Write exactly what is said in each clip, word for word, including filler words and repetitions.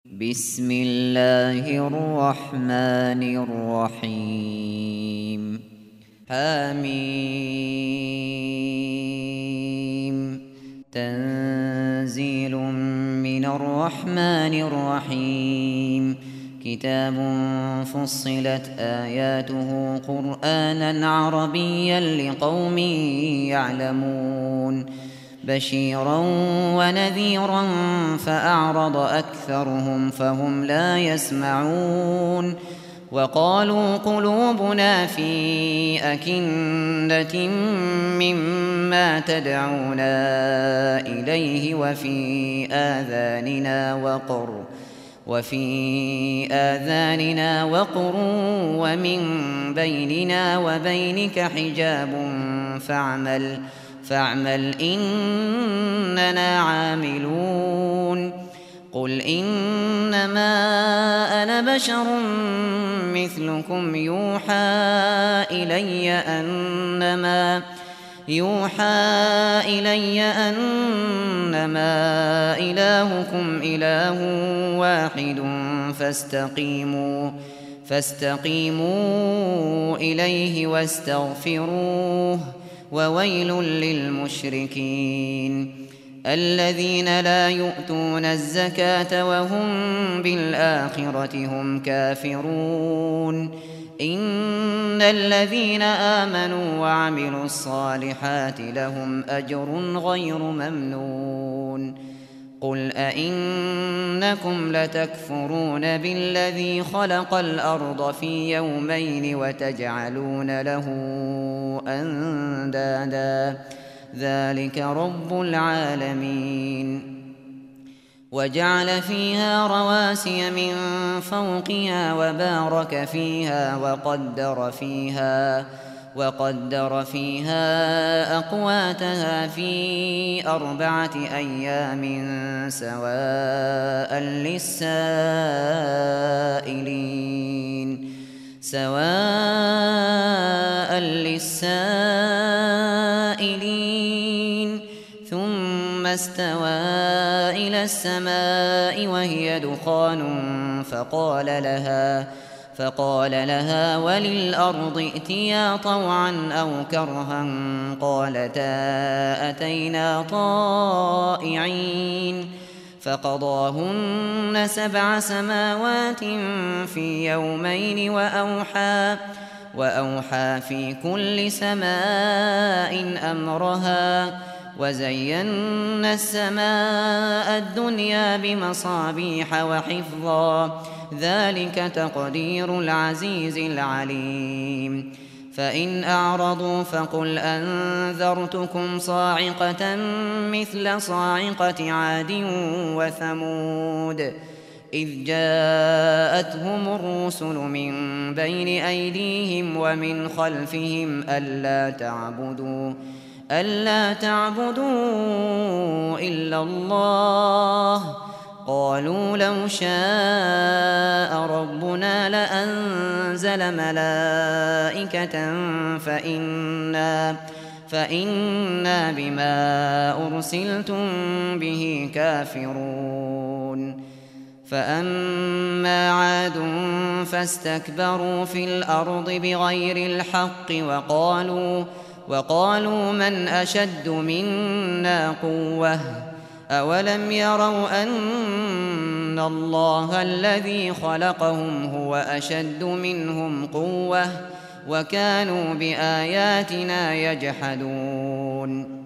بسم الله الرحمن الرحيم حميم تنزيل من الرحمن الرحيم كتاب فصلت آياته قرآنا عربيا لقوم يعلمون بشيرا ونذيرا فأعرض أكثرهم فهم لا يسمعون وقالوا قلوبنا في أكنة مما تدعونا إليه وفي آذاننا وقر وفي آذاننا وقر ومن بيننا وبينك حجاب فاعمل فاعمل إننا عاملون قل إنما أنا بشر مثلكم يوحى إلي أنما يوحى إلي أنما إلهكم إله واحد فاستقيموا فاستقيموا إليه واستغفروه وويل للمشركين الذين لا يؤتون الزكاة وهم بالآخرة هم كافرون إن الذين آمنوا وعملوا الصالحات لهم أجر غير ممنون قل أئنكم لتكفرون بالذي خلق الأرض في يومين وتجعلون له أندادا ذلك رب العالمين وجعل فيها رواسي من فوقها وبارك فيها وقدر فيها وقدر فيها أقواتها في أربعة أيام سواء للسائلين سواء للسائلين ثم استوى إلى السماء وهي دخان فقال لها فقال لها وللأرض ائتيا طوعا أو كرها قالتا أتينا طائعين فقضاهن سبع سماوات في يومين وأوحى وأوحى في كل سماء أمرها وزينا السماء الدنيا بمصابيح وحفظا ذلك تقدير العزيز العليم فإن أعرضوا فقل أنذرتكم صاعقة مثل صاعقة عاد وثمود إذ جاءتهم الرسل من بين أيديهم ومن خلفهم ألا تعبدوا ألا تعبدوا إلا الله قالوا لو شاء ربنا لأنزل ملائكة فإنا فإنا بما أرسلتم به كافرون فأما عاد فاستكبروا في الأرض بغير الحق وقالوا وقالوا من أشد منا قوة أولم يروا أن الله الذي خلقهم هو أشد منهم قوة وكانوا بآياتنا يجحدون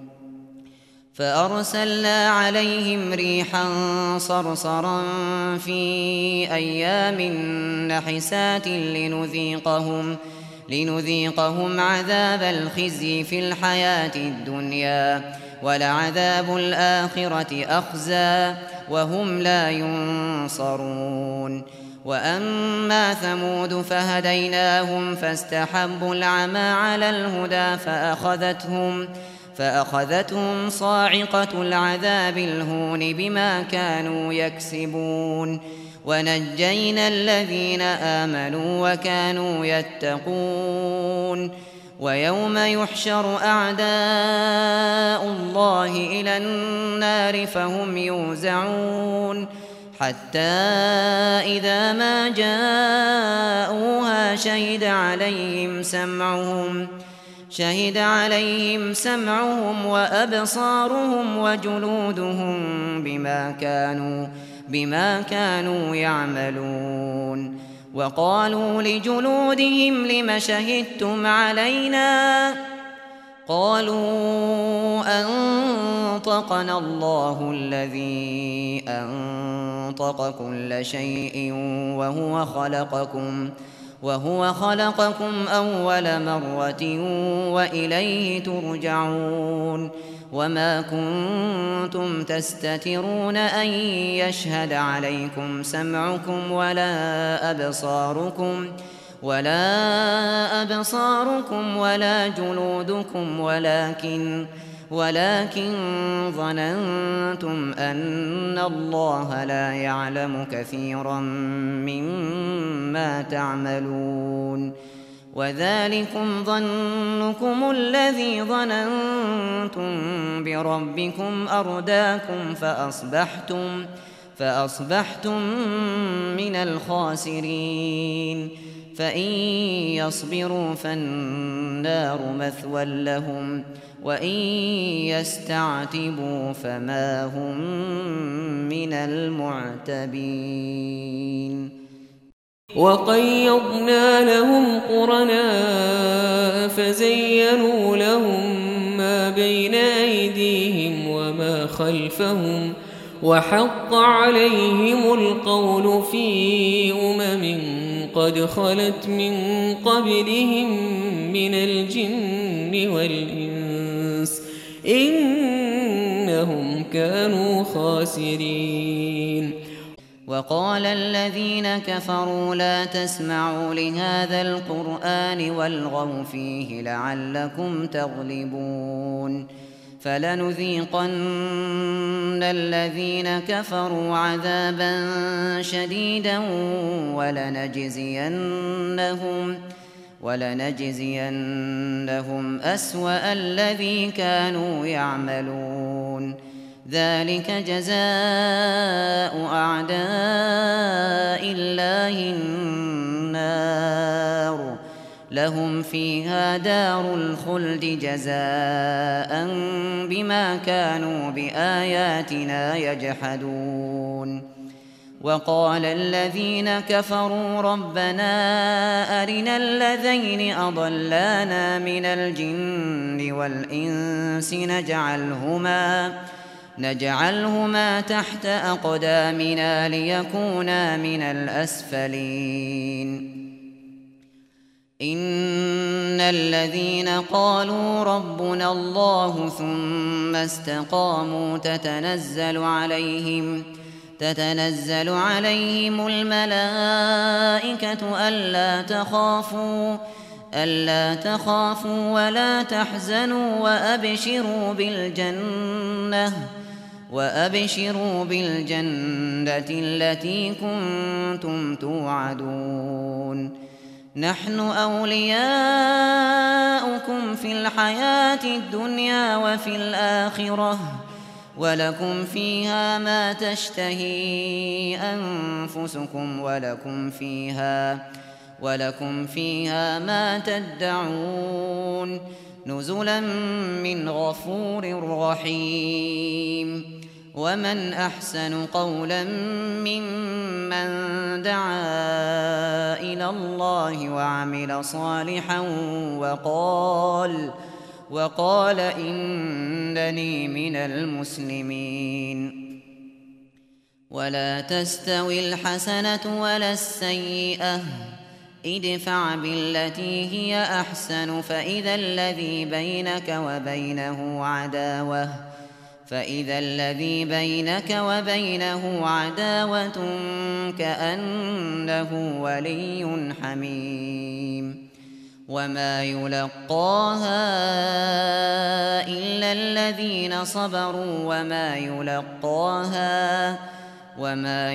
فأرسلنا عليهم ريحا صرصرا في أيام نحسات لنذيقهم لنذيقهم عذاب الخزي في الحياة الدنيا ولعذاب الآخرة أخزى وهم لا ينصرون وأما ثمود فهديناهم فاستحبوا العمى على الهدى فأخذتهم فأخذتهم صاعقة العذاب الهون بما كانوا يكسبون ونجينا الذين آمنوا وكانوا يتقون ويوم يحشر أعداء الله إلى النار فهم يوزعون حتى إذا ما جاءوها شهد عليهم سمعهم شهد عليهم سمعهم وأبصارهم وجلودهم بما كانوا بما كانوا يعملون. وقالوا لجلودهم لم شهدتم علينا قالوا أنطقنا الله الذي أنطق كل شيء وهو خلقكم وهو خلقكم أول مرة وإليه ترجعون. وما كنتم تستترون أن يشهد عليكم سمعكم ولا أبصاركم ولا أبصاركم ولا جلودكم ولكن ولكن ظننتم أن الله لا يعلم كثيرا مما تعملون. وذلكم ظنكم الذي ظننتم بربكم أرداكم فأصبحتم فأصبحتم من الخاسرين. فإن يصبروا فالنار مثوى لهم وإن يستعتبوا فما هم من المعتبين. وقيضنا لهم قرناء فزينوا لهم ما بين أيديهم وما خلفهم وحق عليهم القول في أمم قد خلت من قبلهم من الجن والإنس إنهم كانوا خاسرين. وقال الذين كفروا لا تسمعوا لهذا القرآن والغوا فيه لعلكم تغلبون. فلنذيقن الذين كفروا عذابا شديدا ولنجزينهم ولنجزينهم أسوأ الذي كانوا يعملون. ذلك جزاء أعداء الله النار لهم فيها دار الخلد جزاء بما كانوا بآياتنا يجحدون. وقال الذين كفروا ربنا أرنا الذين أضلانا من الجن والإنس نجعلهما نجعلهما تحت أقدامنا ليكونا من الأسفلين. إن الذين قالوا ربنا الله ثم استقاموا تتنزل عليهم تتنزل عليهم الملائكة ألا تخافوا ألا تخافوا ولا تحزنوا وأبشروا بالجنة وأبشروا بالجنة التي كنتم توعدون. نحن أولياؤكم في الحياة الدنيا وفي الآخرة ولكم فيها ما تشتهي أنفسكم ولكم فيها ولكم فيها ما تدعون نزلا من غفور رحيم. ومن أحسن قولا ممن دعا إلى الله وعمل صالحا وقال وقال إنني من المسلمين. ولا تستوي الحسنة ولا السيئة ادفع بالتي هي أحسن فإذا الذي بينك وبينه عداوة فإذا الذي بينك وبينه عداوة كأنه ولي حميم. وما يلقاها إلا الذين صبروا وما يلقاها وما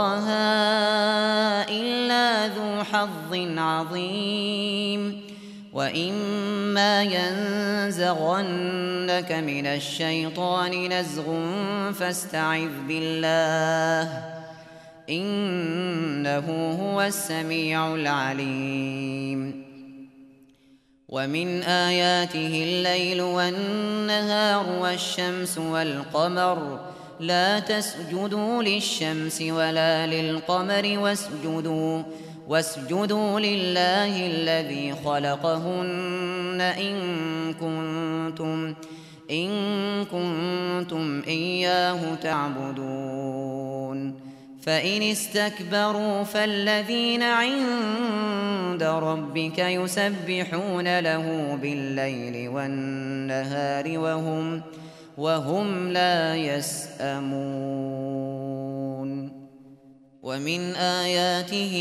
يلقاها إلا ذو حظ عظيم. وإما ينزغنك من الشيطان نزغ فاستعذ بالله إنه هو السميع العليم ومن آياته الليل والنهار والشمس والقمر لا تسجدوا للشمس ولا للقمر واسجدوا واسجدوا لله الذي خلقهن إن كنتم إن كنتم إياه تعبدون فإن استكبروا فالذين عند ربك يسبحون له بالليل والنهار وهم وهم لا يسأمون ومن آياته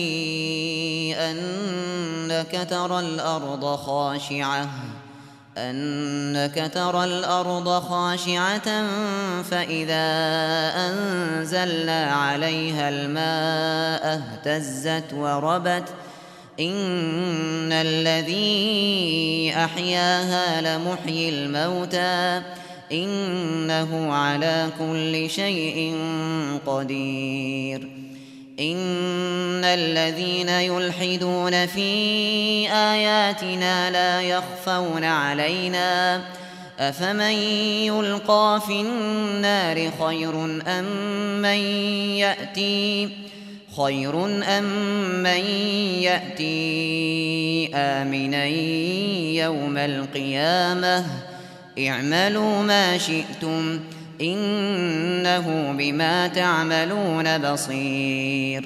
أنك ترى الأرض خاشعة أنك ترى الأرض خاشعة فإذا أنزلنا عليها الماء اهتزت وربت إن الذي أحياها لمحيي الموتى إنه على كل شيء قدير إن الذين يلحدون في آياتنا لا يخفون علينا أفمن يلقى في النار خير أم من يأتي خير أم من يأتي آمنا يوم القيامة اعملوا ما شئتم إنه بما تعملون بصير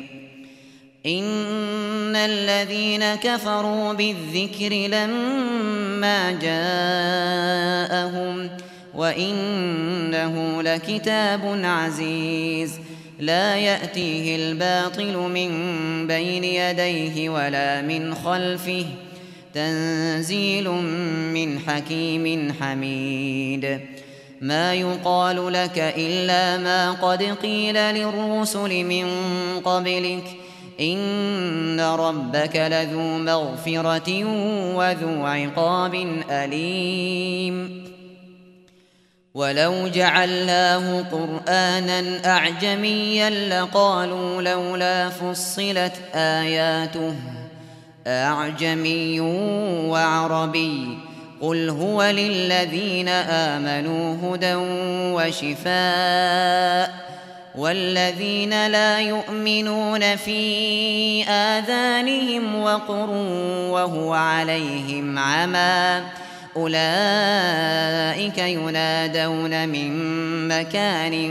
إن الذين كفروا بالذكر لما جاءهم وإنه لكتاب عزيز لا يأتيه الباطل من بين يديه ولا من خلفه تنزيل من حكيم حميد ما يقال لك إلا ما قد قيل للرسل من قبلك إن ربك لذو مغفرة وذو عقاب أليم ولو جعلناه قرآنا أعجميا لقالوا لولا فصلت آياته أعجمي وعربي قل هو للذين آمنوا هدى وشفاء والذين لا يؤمنون في آذانهم وقر وهو عليهم عمى أولئك ينادون من مكان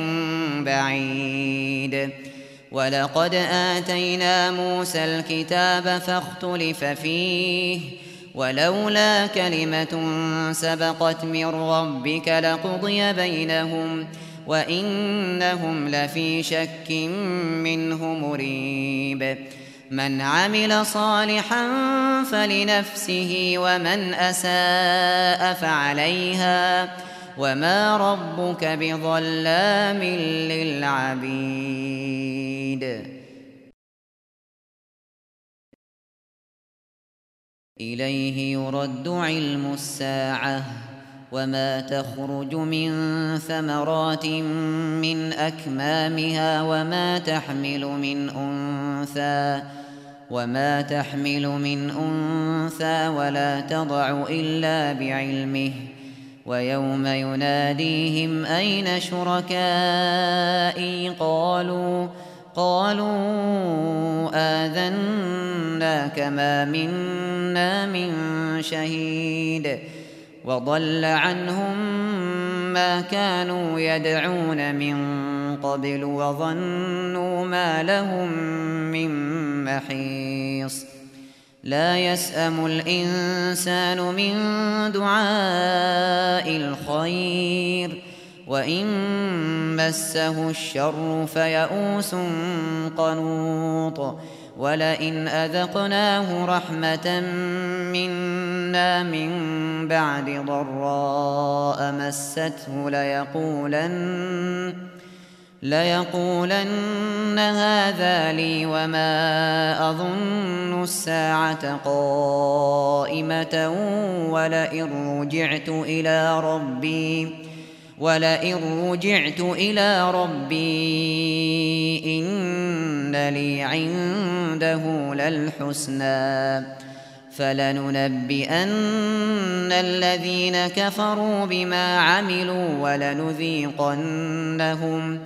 بعيد ولقد آتينا موسى الكتاب فاختلف فيه ولولا كلمة سبقت من ربك لقضي بينهم وإنهم لفي شك منه مريب من عمل صالحا فلنفسه ومن أساء فعليها وما ربك بظلام للعبيد إليه يرد علم الساعة وما تخرج من ثمرات من أكمامها وما تحمل من أنثى وما تحمل من أنثى ولا تضع إلا بعلمه ويوم يناديهم أين شركائي قالوا قالوا آذناك ما منا من شهيد وضل عنهم ما كانوا يدعون من قبل وظنوا ما لهم من محيص لا يسأم الإنسان من دعاء الخير وإن مسه الشر فيئوس قنوط ولئن أذقناه رحمة منا من بعد ضراء مسته ليقولن ليقولن هذا لي وما أظن الساعة قائمة ولئن رجعت إلى ربي ولئن رجعت إلى ربي إن لي عنده للحسنى فلننبئن الذين كفروا بما عملوا ولنذيقنهم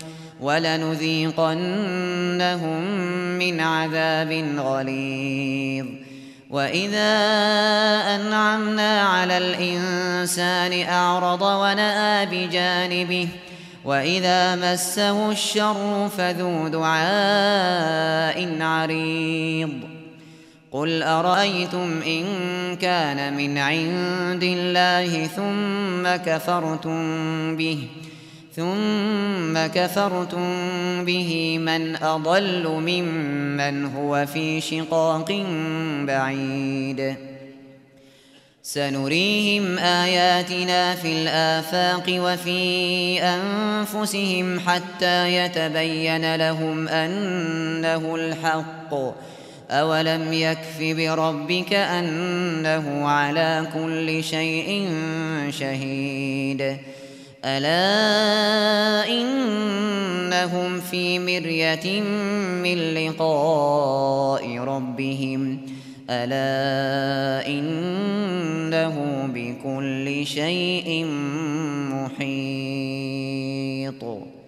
ولنذيقنهم من عذاب غليظ. وإذا أنعمنا على الإنسان أعرض ونأى بجانبه وإذا مسه الشر فذو دعاء عريض. قل أرأيتم إن كان من عند الله ثم كفرتم به ثم كفرتم به من أضل ممن هو في شقاق بعيد. سنريهم آياتنا في الآفاق وفي أنفسهم حتى يتبين لهم أنه الحق. أولم يكف بربك أنه على كل شيء شهيد. ألا إنهم في مرية من لقاء ربهم ألا إنه بكل شيء محيط.